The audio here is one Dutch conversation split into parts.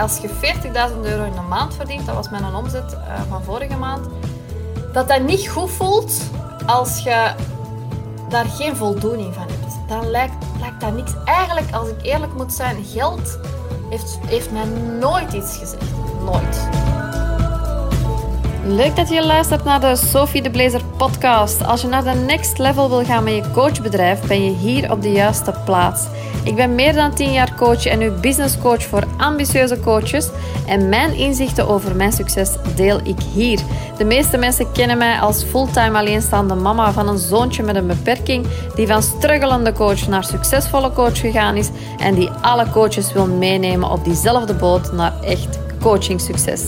als je €40.000 in de maand verdient, dat was mijn omzet van vorige maand, dat niet goed voelt als je daar geen voldoening van hebt. Dan lijkt dat niks. Eigenlijk, als ik eerlijk moet zijn, geld heeft mij nooit iets gezegd. Nooit. Leuk dat je luistert naar de Sophie de Blazer podcast. Als je naar de next level wil gaan met je coachbedrijf, ben je hier op de juiste plaats. Ik ben meer dan 10 jaar coach en nu business coach voor ambitieuze coaches. En mijn inzichten over mijn succes deel ik hier. De meeste mensen kennen mij als fulltime alleenstaande mama van een zoontje met een beperking, die van struggelende coach naar succesvolle coach gegaan is en die alle coaches wil meenemen op diezelfde boot naar echt coachingsucces.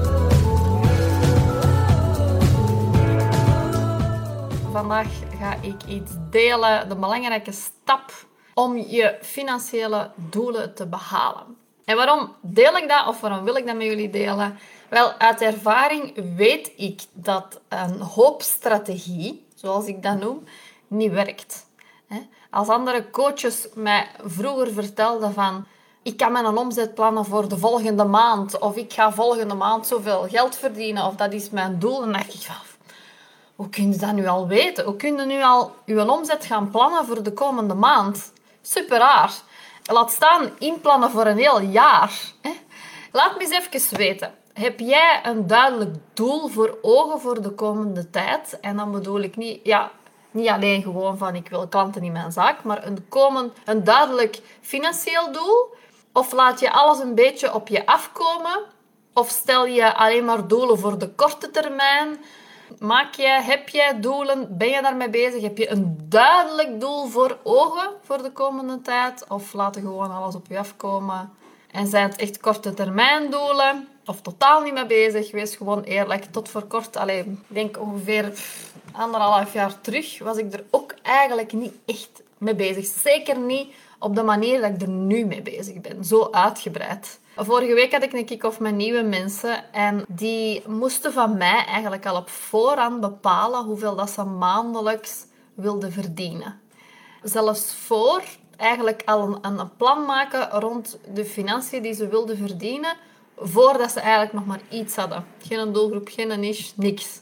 Vandaag ga ik iets delen, de belangrijke stap om je financiële doelen te behalen. En waarom deel ik dat of waarom wil ik dat met jullie delen? Wel, uit ervaring weet ik dat een hoop strategie, zoals ik dat noem, niet werkt. Als andere coaches mij vroeger vertelden van ik kan mijn omzet plannen voor de volgende maand of ik ga volgende maand zoveel geld verdienen of dat is mijn doel, dan dacht ik van hoe kun je dat nu al weten? Hoe kun je nu al je omzet gaan plannen voor de komende maand? Super raar. Laat staan inplannen voor een heel jaar. Laat me eens even weten. Heb jij een duidelijk doel voor ogen voor de komende tijd? En dan bedoel ik niet alleen gewoon van ik wil klanten in mijn zaak, maar een duidelijk financieel doel? Of laat je alles een beetje op je afkomen? Of stel je alleen maar doelen voor de korte termijn? Heb jij doelen? Ben je daarmee bezig? Heb je een duidelijk doel voor ogen voor de komende tijd? Of laat je gewoon alles op je afkomen? En zijn het echt korte termijn doelen? Of totaal niet mee bezig? Wees gewoon eerlijk. Tot voor kort, ik denk ongeveer 1,5 jaar terug, was ik er ook eigenlijk niet echt mee bezig. Zeker niet op de manier dat ik er nu mee bezig ben. Zo uitgebreid. Vorige week had ik een kick-off met nieuwe mensen en die moesten van mij eigenlijk al op voorhand bepalen hoeveel dat ze maandelijks wilden verdienen. Zelfs voor eigenlijk al een plan maken rond de financiën die ze wilden verdienen, voordat ze eigenlijk nog maar iets hadden. Geen doelgroep, geen niche, niks.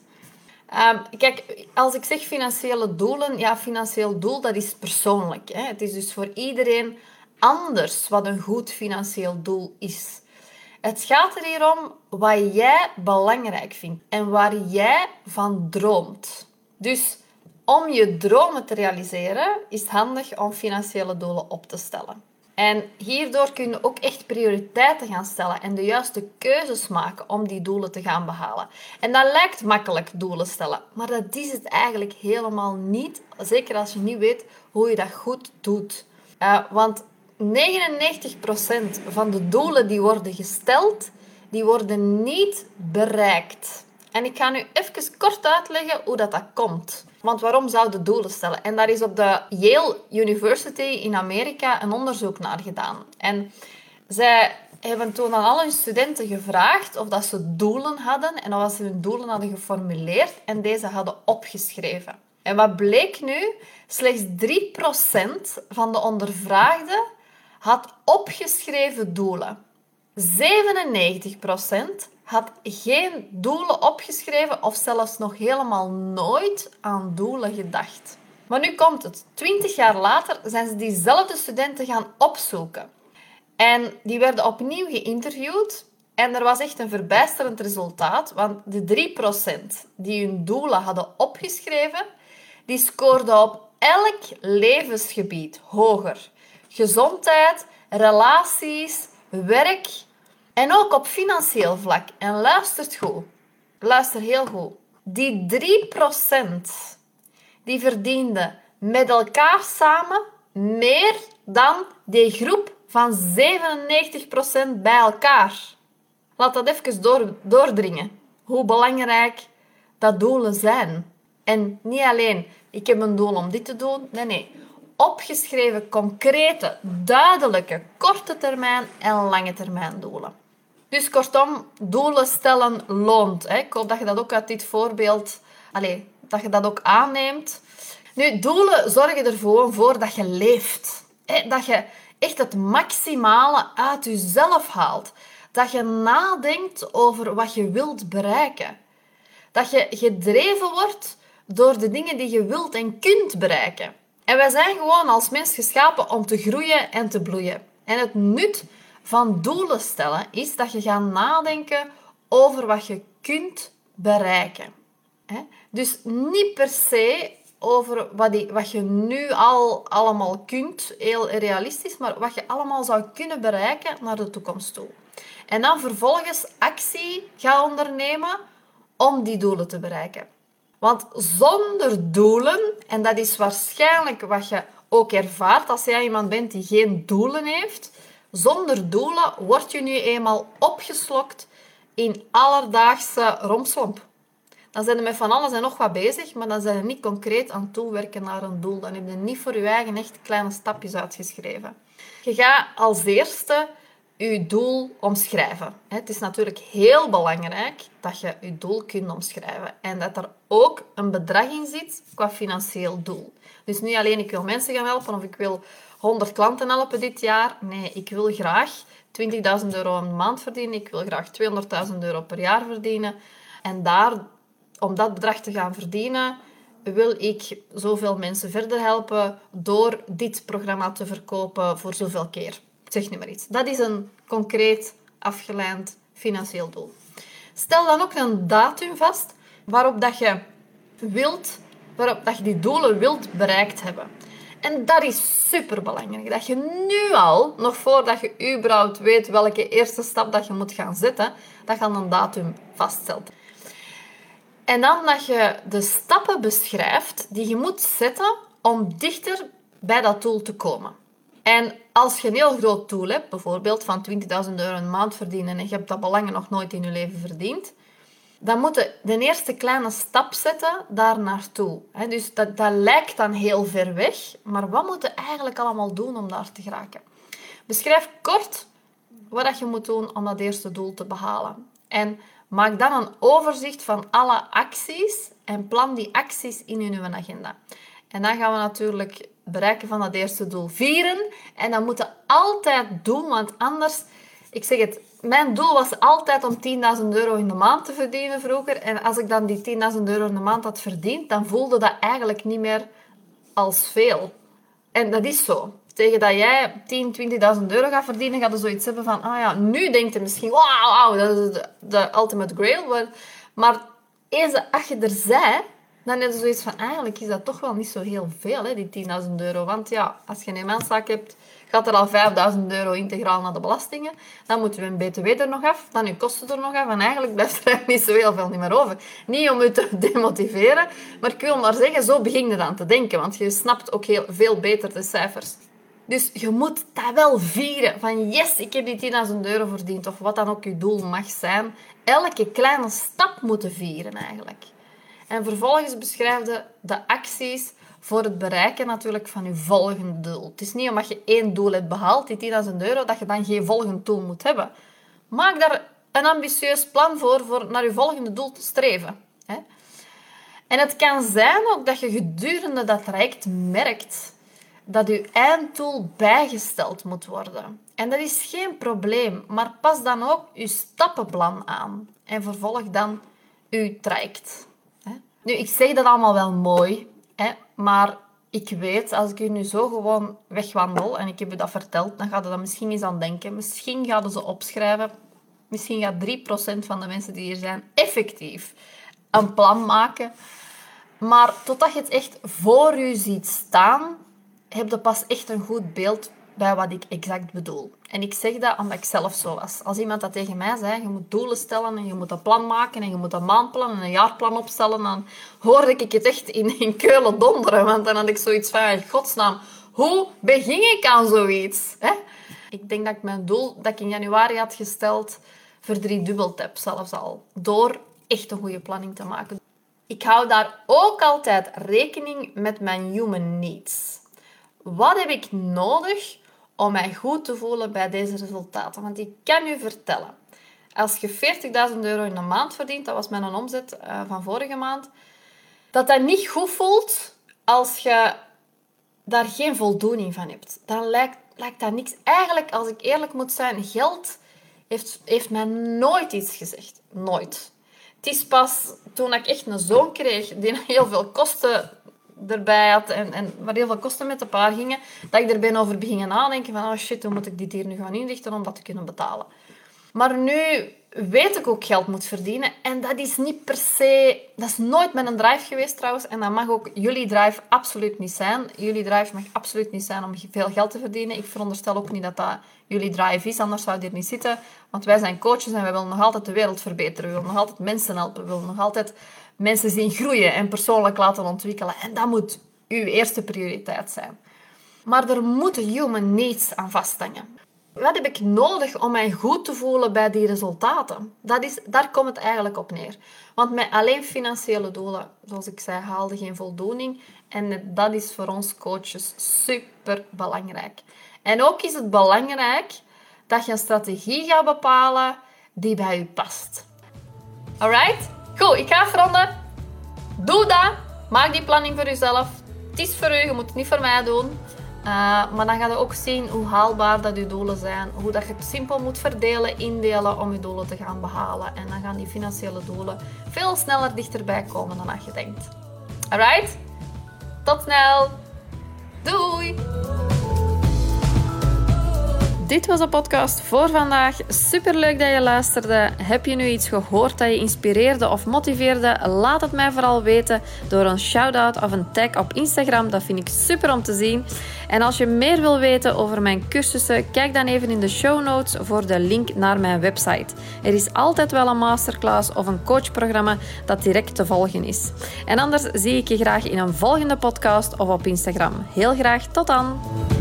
Kijk, als ik zeg financiële doelen, financieel doel, dat is persoonlijk. Het is dus voor iedereen anders wat een goed financieel doel is. Het gaat er hier om wat jij belangrijk vindt en waar jij van droomt. Dus om je dromen te realiseren is het handig om financiële doelen op te stellen. En hierdoor kun je ook echt prioriteiten gaan stellen en de juiste keuzes maken om die doelen te gaan behalen. En dat lijkt makkelijk, doelen stellen, maar dat is het eigenlijk helemaal niet. Zeker als je niet weet hoe je dat goed doet. Want 99% van de doelen die worden gesteld, die worden niet bereikt. En ik ga nu even kort uitleggen hoe dat komt. Want waarom zouden doelen stellen? En daar is op de Yale University in Amerika een onderzoek naar gedaan. En zij hebben toen aan al hun studenten gevraagd of dat ze doelen hadden en of ze hun doelen hadden geformuleerd en deze hadden opgeschreven. En wat bleek nu? Slechts 3% van de ondervraagden had opgeschreven doelen. 97% had geen doelen opgeschreven of zelfs nog helemaal nooit aan doelen gedacht. Maar nu komt het. 20 jaar later zijn ze diezelfde studenten gaan opzoeken. En die werden opnieuw geïnterviewd. En er was echt een verbijsterend resultaat. Want de 3% die hun doelen hadden opgeschreven, die scoorden op elk levensgebied hoger. Gezondheid, relaties, werk en ook op financieel vlak. En luistert goed. Luister heel goed. Die 3% die verdienden met elkaar samen meer dan die groep van 97% bij elkaar. Laat dat even doordringen. Hoe belangrijk dat doelen zijn. En niet alleen, ik heb een doel om dit te doen. Nee. Opgeschreven, concrete, duidelijke, korte termijn en lange termijn doelen. Dus kortom, doelen stellen loont. Ik hoop dat je dat ook uit dit voorbeeld, dat je dat ook aanneemt. Nu, doelen zorgen ervoor voor dat je leeft. Dat je echt het maximale uit jezelf haalt. Dat je nadenkt over wat je wilt bereiken. Dat je gedreven wordt door de dingen die je wilt en kunt bereiken. En wij zijn gewoon als mens geschapen om te groeien en te bloeien. En het nut van doelen stellen is dat je gaat nadenken over wat je kunt bereiken. Dus niet per se over wat je nu al allemaal kunt, heel realistisch, maar wat je allemaal zou kunnen bereiken naar de toekomst toe. En dan vervolgens actie gaan ondernemen om die doelen te bereiken. Want zonder doelen, en dat is waarschijnlijk wat je ook ervaart als jij iemand bent die geen doelen heeft, zonder doelen word je nu eenmaal opgeslokt in alledaagse rompslomp. Dan zijn we met van alles en nog wat bezig, maar dan zijn we niet concreet aan het toewerken naar een doel. Dan heb je niet voor je eigen echt kleine stapjes uitgeschreven. Je gaat als eerste je doel omschrijven. Het is natuurlijk heel belangrijk dat je je doel kunt omschrijven. En dat er ook een bedrag in zit qua financieel doel. Dus niet alleen ik wil mensen gaan helpen of ik wil 100 klanten helpen dit jaar. Nee, ik wil graag 20.000 euro een maand verdienen. Ik wil graag 200.000 euro per jaar verdienen. En om dat bedrag te gaan verdienen, wil ik zoveel mensen verder helpen door dit programma te verkopen voor zoveel keer. Zeg nu maar iets. Dat is een concreet afgeleid financieel doel. Stel dan ook een datum vast waarop dat je die doelen wilt bereikt hebben. En dat is superbelangrijk. Dat je nu al, nog voordat je überhaupt weet welke eerste stap dat je moet gaan zetten, dat je een datum vaststelt. En dan dat je de stappen beschrijft die je moet zetten om dichter bij dat doel te komen. En als je een heel groot doel hebt, bijvoorbeeld van 20.000 euro een maand verdienen en je hebt dat belangen nog nooit in je leven verdiend, dan moet je de eerste kleine stap zetten daar naartoe. Dus dat lijkt dan heel ver weg, maar wat moet je eigenlijk allemaal doen om daar te geraken? Beschrijf kort wat je moet doen om dat eerste doel te behalen. En maak dan een overzicht van alle acties en plan die acties in je agenda. En dan gaan we natuurlijk bereiken van dat eerste doel vieren. En dat moet je altijd doen, want anders... Ik zeg het, mijn doel was altijd om 10.000 euro in de maand te verdienen vroeger. En als ik dan die 10.000 euro in de maand had verdiend, dan voelde dat eigenlijk niet meer als veel. En dat is zo. Tegen dat jij 10.000, 20.000 euro gaat verdienen, gaat je zoiets hebben van... Nu denkt je misschien... Wauw, dat is de ultimate grail. Maar eens als je er bent, dan heb je zoiets van... Eigenlijk is dat toch wel niet zo heel veel, hè, die 10.000 euro. Want ja, als je een maandzaak hebt, gaat er al 5.000 euro integraal naar de belastingen. Dan moeten we een btw er nog af. Dan je kosten er nog af. En eigenlijk blijft er niet zo heel veel niet meer over. Niet om je te demotiveren, maar ik wil maar zeggen, zo begin je dan te denken. Want je snapt ook heel veel beter de cijfers. Dus je moet dat wel vieren. Van yes, ik heb die 10.000 euro verdiend. Of wat dan ook je doel mag zijn. Elke kleine stap moeten vieren eigenlijk. En vervolgens beschrijf je de acties voor het bereiken natuurlijk van je volgende doel. Het is niet omdat je één doel hebt behaald, die 10.000 euro, dat je dan geen volgend doel moet hebben. Maak daar een ambitieus plan voor naar je volgende doel te streven. En het kan zijn ook dat je gedurende dat traject merkt dat je einddoel bijgesteld moet worden. En dat is geen probleem, maar pas dan ook je stappenplan aan. En vervolg dan je traject. Nu, ik zeg dat allemaal wel mooi, maar ik weet, als ik u nu zo gewoon wegwandel en ik heb u dat verteld, dan gaat je dat misschien eens aan denken. Misschien gaan ze opschrijven. Misschien gaat 3% van de mensen die hier zijn effectief een plan maken. Maar totdat je het echt voor je ziet staan, heb je pas echt een goed beeld bij wat ik exact bedoel. En ik zeg dat omdat ik zelf zo was. Als iemand dat tegen mij zei, je moet doelen stellen en je moet een plan maken en je moet een maandplan en een jaarplan opstellen, dan hoorde ik het echt in Keulen donderen. Want dan had ik zoiets van, in godsnaam, hoe begin ik aan zoiets? Ik denk dat ik mijn doel dat ik in januari had gesteld verdriedubbeld heb, zelfs al. Door echt een goede planning te maken. Ik hou daar ook altijd rekening met mijn human needs. Wat heb ik nodig om mij goed te voelen bij deze resultaten? Want ik kan u vertellen, als je 40.000 euro in de maand verdient, dat was mijn omzet van vorige maand, dat niet goed voelt als je daar geen voldoening van hebt. Dan lijkt dat niks. Eigenlijk, als ik eerlijk moet zijn, geld heeft mij nooit iets gezegd. Nooit. Het is pas toen ik echt een zoon kreeg die heel veel kosten erbij had en waar heel veel kosten met de paar gingen, dat ik er ben over beginnen nadenken van, oh shit, hoe moet ik dit hier nu gaan inrichten om dat te kunnen betalen. Maar nu weet ik ook geld moet verdienen en dat is niet per se, dat is nooit mijn drive geweest trouwens en dat mag ook jullie drive absoluut niet zijn. Jullie drive mag absoluut niet zijn om veel geld te verdienen. Ik veronderstel ook niet dat dat jullie drive is, anders zou je hier niet zitten. Want wij zijn coaches en wij willen nog altijd de wereld verbeteren. We willen nog altijd mensen helpen. We willen nog altijd mensen zien groeien en persoonlijk laten ontwikkelen. En dat moet uw eerste prioriteit zijn. Maar er moeten human needs aan vasthangen. Wat heb ik nodig om mij goed te voelen bij die resultaten? Daar komt het eigenlijk op neer. Want met alleen financiële doelen, zoals ik zei, haalde geen voldoening. En dat is voor ons coaches super belangrijk. En ook is het belangrijk dat je een strategie gaat bepalen die bij je past. Alright? Goed, ik ga afronden. Doe dat. Maak die planning voor jezelf. Het is voor u, je moet het niet voor mij doen. Maar dan ga je ook zien hoe haalbaar dat je doelen zijn. Hoe dat je het simpel moet verdelen, indelen om je doelen te gaan behalen. En dan gaan die financiële doelen veel sneller dichterbij komen dan je denkt. Alright? Tot snel. Doei! Dit was de podcast voor vandaag. Superleuk dat je luisterde. Heb je nu iets gehoord dat je inspireerde of motiveerde? Laat het mij vooral weten door een shout-out of een tag op Instagram. Dat vind ik super om te zien. En als je meer wil weten over mijn cursussen, kijk dan even in de show notes voor de link naar mijn website. Er is altijd wel een masterclass of een coachprogramma dat direct te volgen is. En anders zie ik je graag in een volgende podcast of op Instagram. Heel graag, tot dan!